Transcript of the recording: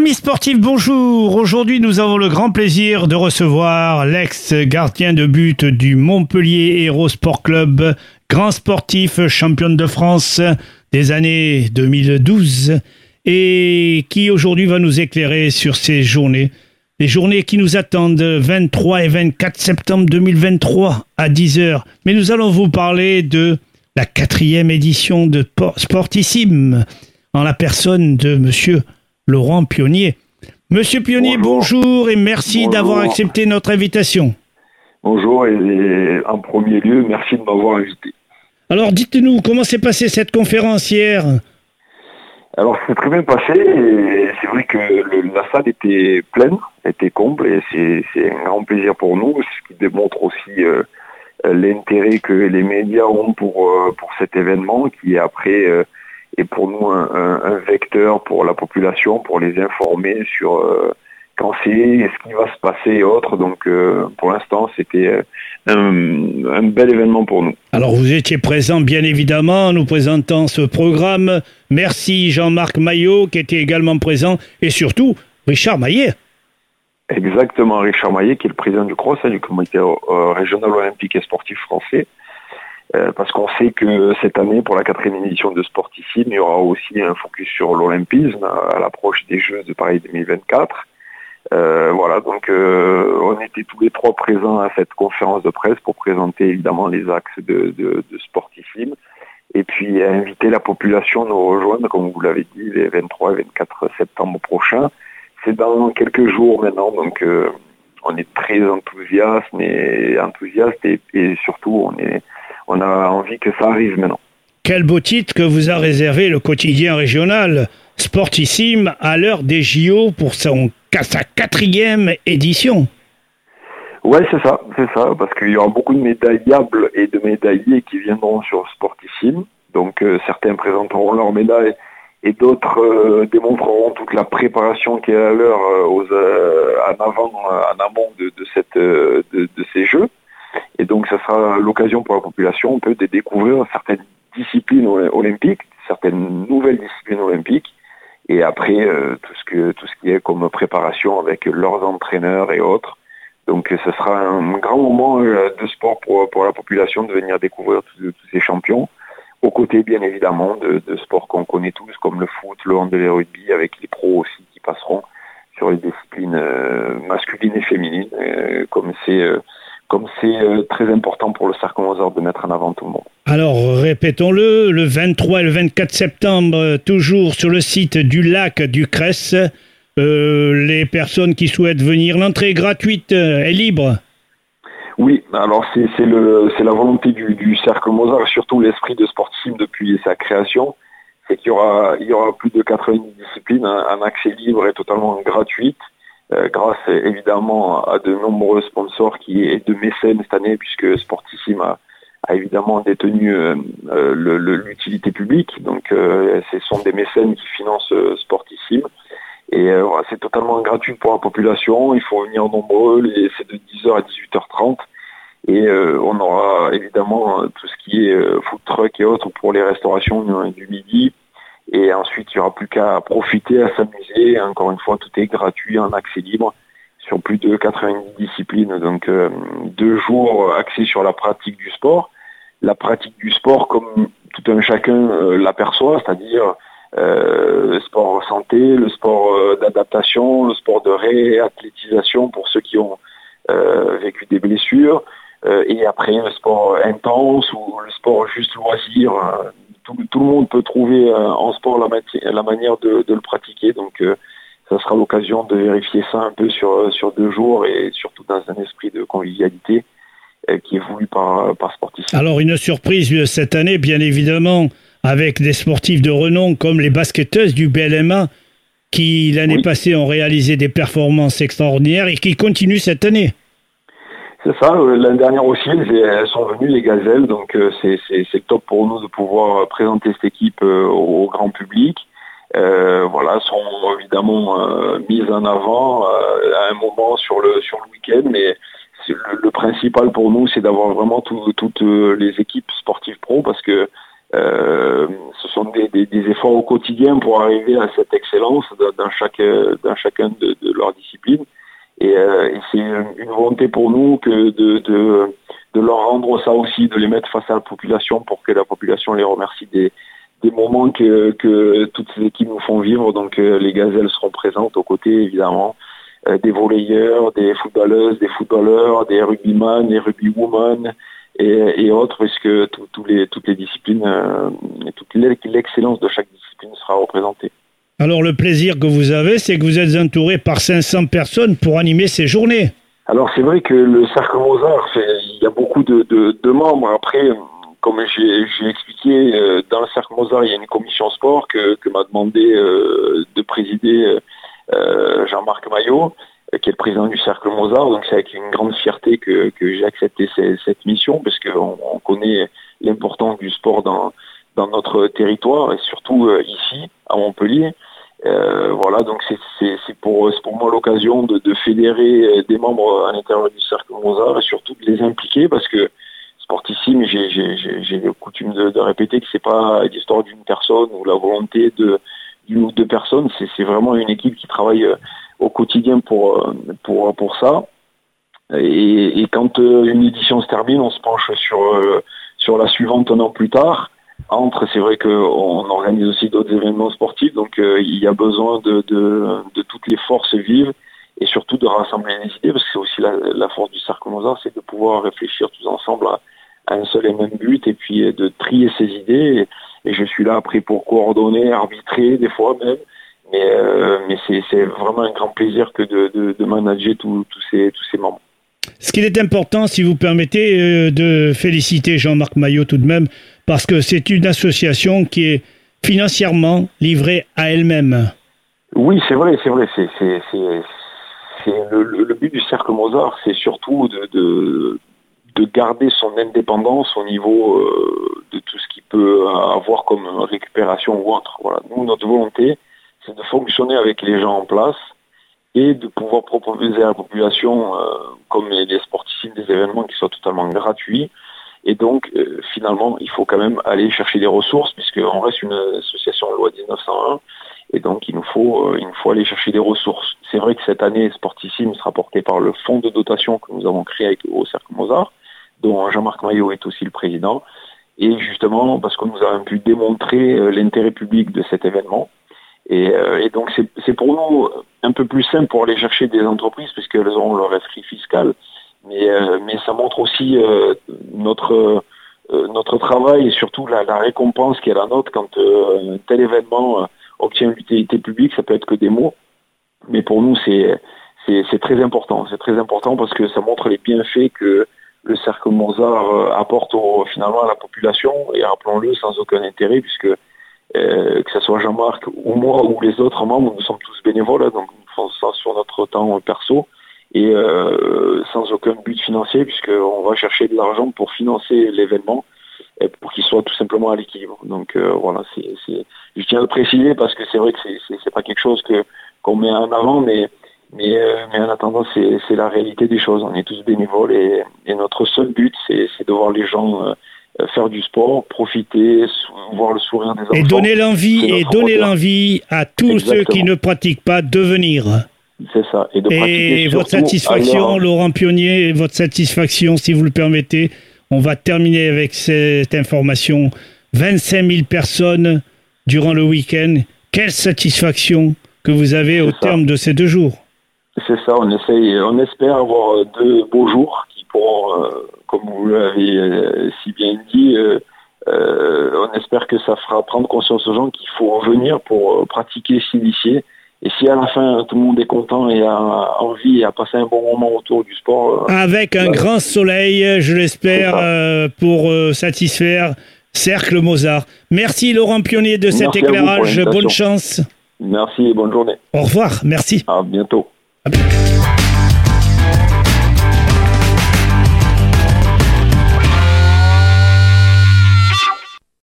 Amis sportifs, bonjour. Aujourd'hui, nous avons le grand plaisir de recevoir l'ex-gardien de but du Montpellier Hérault Sport Club, grand sportif, championne de France des années 2012 et qui aujourd'hui va nous éclairer sur ces journées. Les journées qui nous attendent 23 et 24 septembre 2023 à 10h. Mais nous allons vous parler de la 4e édition de Sportissime en la personne de monsieur Laurent Pionnier. Monsieur Pionnier, bonjour et merci d'avoir accepté notre invitation. Bonjour et en premier lieu, merci de m'avoir invité. Alors dites-nous, comment s'est passée cette conférence hier ? Alors c'est très bien passé et c'est vrai que la salle était pleine, était comble et c'est un grand plaisir pour nous, ce qui démontre aussi l'intérêt que les médias ont pour cet événement qui est après est pour nous un vecteur pour la population, pour les informer sur quand c'est, ce qui va se passer et autres. Donc pour l'instant, c'était un bel événement pour nous. Alors vous étiez présent bien évidemment en nous présentant ce programme. Merci Jean-Marc Maillot qui était également présent et surtout Richard Maillet. Exactement, Richard Maillet qui est le président du CROSS, du comité régional olympique et sportif français. Parce qu'on sait que cette année, pour la 4e édition de Sportissime, il y aura aussi un focus sur l'olympisme à l'approche des Jeux de Paris 2024. Voilà, donc on était tous les trois présents à cette conférence de presse pour présenter évidemment les axes de Sportissime et puis inviter la population à nous rejoindre, comme vous l'avez dit, les 23 et 24 septembre prochains. C'est dans quelques jours maintenant, donc on est très enthousiaste et surtout on a envie que ça arrive maintenant. Quel beau titre que vous a réservé le quotidien régional Sportissime à l'heure des JO pour sa 4e édition. Ouais, c'est ça, parce qu'il y aura beaucoup de médaillables et de médaillés qui viendront sur Sportissime. Donc certains présenteront leurs médailles et d'autres démontreront toute la préparation qui est à l'heure en amont de ces Jeux. Et donc, ça sera l'occasion pour la population de découvrir certaines disciplines olympiques, certaines nouvelles disciplines olympiques, et après tout ce qui est comme préparation avec leurs entraîneurs et autres. Donc, ce sera un grand moment de sport pour la population de venir découvrir tous ces champions, aux côtés bien évidemment de sports qu'on connaît tous, comme le foot, le hand et le rugby, avec les pros aussi qui passeront sur les disciplines masculines et féminines, comme c'est très important pour le Cercle Mozart de mettre en avant tout le monde. Alors, répétons-le, le 23 et le 24 septembre, toujours sur le site du lac du Cress, les personnes qui souhaitent venir, l'entrée est gratuite, est libre. Oui, alors c'est la volonté du Cercle Mozart, et surtout l'esprit de Sportissime depuis sa création, c'est qu'il y aura plus de 90 disciplines, un accès libre et totalement gratuite, grâce évidemment à de nombreux sponsors et de mécènes cette année, puisque Sportissime a évidemment détenu l'utilité publique. Donc ce sont des mécènes qui financent Sportissime. Et voilà, c'est totalement gratuit pour la population. Il faut venir nombreux, c'est de 10h à 18h30. Et on aura évidemment tout ce qui est food truck et autres pour les restaurations du midi. Et ensuite, il n'y aura plus qu'à profiter, à s'amuser. Encore une fois, tout est gratuit, en accès libre, sur plus de 90 disciplines. Donc, 2 jours axés sur la pratique du sport. La pratique du sport, comme tout un chacun l'aperçoit, c'est-à-dire le sport santé, le sport d'adaptation, le sport de réathlétisation pour ceux qui ont vécu des blessures. Et après, le sport intense ou le sport juste loisir. Tout le monde peut trouver en sport la manière de le pratiquer, donc ça sera l'occasion de vérifier ça un peu sur 2 jours et surtout dans un esprit de convivialité qui est voulu par Sportissime. Alors une surprise cette année, bien évidemment, avec des sportifs de renom comme les basketteuses du BLMA qui l'année passée ont réalisé des performances extraordinaires et qui continuent cette année. C'est ça, l'année dernière aussi, elles sont venues, les gazelles, donc c'est top pour nous de pouvoir présenter cette équipe au grand public. Voilà, sont évidemment mises en avant à un moment sur le week-end, mais le principal pour nous, c'est d'avoir vraiment toutes les équipes sportives pro, parce que ce sont font des efforts au quotidien pour arriver à cette excellence dans chacun de leurs disciplines. Et c'est une volonté pour nous que de leur rendre ça aussi, de les mettre face à la population pour que la population les remercie des moments que toutes ces équipes nous font vivre. Donc les Gazelles seront présentes aux côtés évidemment des volleyeurs, des footballeuses, des footballeurs, des rugbyman, des rugbywomen et autres, puisque toutes les disciplines, toute l'excellence de chaque discipline sera représentée. Alors le plaisir que vous avez, c'est que vous êtes entouré par 500 personnes pour animer ces journées. Alors c'est vrai que le Cercle Mozart, il y a beaucoup de membres. Après, comme j'ai expliqué, dans le Cercle Mozart, il y a une commission sport que m'a demandé de présider Jean-Marc Maillot, qui est le président du Cercle Mozart. Donc c'est avec une grande fierté que j'ai accepté cette mission, parce qu'on connaît l'importance du sport dans notre territoire, et surtout ici, à Montpellier. Voilà, donc c'est pour moi l'occasion de fédérer des membres à l'intérieur du Cercle Mozart, et surtout de les impliquer, parce que Sportissime, j'ai le coutume de répéter que c'est pas l'histoire d'une personne ou la volonté d'une ou deux personnes, c'est vraiment une équipe qui travaille au quotidien pour ça. Et quand une édition se termine, on se penche sur la suivante un an plus tard. C'est vrai qu'on organise aussi d'autres événements sportifs, donc il y a besoin de toutes les forces vives et surtout de rassembler les idées, parce que c'est aussi la force du Cercle Mozart, c'est de pouvoir réfléchir tous ensemble à un seul et même but, et puis de trier ces idées. Et je suis là après pour coordonner, arbitrer des fois même, mais c'est vraiment un grand plaisir que de manager tous ces membres. Ce qu'il est important, si vous permettez, de féliciter Jean-Marc Maillot tout de même, parce que c'est une association qui est financièrement livrée à elle-même. Oui, c'est vrai. Le but du Cercle Mozart, c'est surtout de garder son indépendance au niveau de tout ce qu'il peut avoir comme récupération ou autre. Voilà. Nous, notre volonté, c'est de fonctionner avec les gens en place et de pouvoir proposer à la population, comme les sportives, des événements qui soient totalement gratuits. Et donc, finalement, il faut quand même aller chercher des ressources, puisqu'on reste une association loi 1901, et donc il nous faut aller chercher des ressources. C'est vrai que cette année, Sportissime sera porté par le fonds de dotation que nous avons créé au Cercle Mozart, dont Jean-Marc Maillot est aussi le président, et justement parce que nous avons pu démontrer l'intérêt public de cet événement. Et donc c'est pour nous un peu plus simple pour aller chercher des entreprises, puisqu'elles auront leur rescrit fiscal, mais ça montre aussi notre travail, et surtout la récompense qui est la nôtre quand un tel événement obtient une utilité publique. Ça peut être que des mots, mais pour nous c'est très important. C'est très important parce que ça montre les bienfaits que le Cercle Mozart apporte finalement à la population, et rappelons-le, sans aucun intérêt, puisque que ce soit Jean-Marc ou moi ou les autres membres, nous sommes tous bénévoles, donc nous faisons ça sur notre temps perso, et sans aucun but financier, puisqu'on va chercher de l'argent pour financer l'événement, et pour qu'il soit tout simplement à l'équilibre. Donc voilà, je tiens à le préciser, parce que c'est vrai que c'est pas quelque chose qu'on met en avant, mais en attendant, c'est la réalité des choses. On est tous bénévoles, et notre seul but, c'est de voir les gens faire du sport, profiter, voir le sourire des enfants. Et donner l'envie à tous Exactement. Ceux qui ne pratiquent pas de venir. C'est ça. Et votre satisfaction, Laurent Pionnier, votre satisfaction, si vous le permettez, on va terminer avec cette information. 25 000 personnes durant le week-end. Quelle satisfaction que vous avez au terme de ces 2 jours. C'est ça, on espère avoir 2 beaux jours qui pourront, comme vous l'avez si bien dit, on espère que ça fera prendre conscience aux gens qu'il faut venir pour pratiquer, s'initier. Et si à la fin tout le monde est content et a envie et a passé un bon moment autour du sport... Avec un grand soleil, je l'espère, pour satisfaire Cercle Mozart. Merci Laurent Pionnier de cet éclairage, bonne chance. Merci et bonne journée. Au revoir, merci. À bientôt. À bientôt.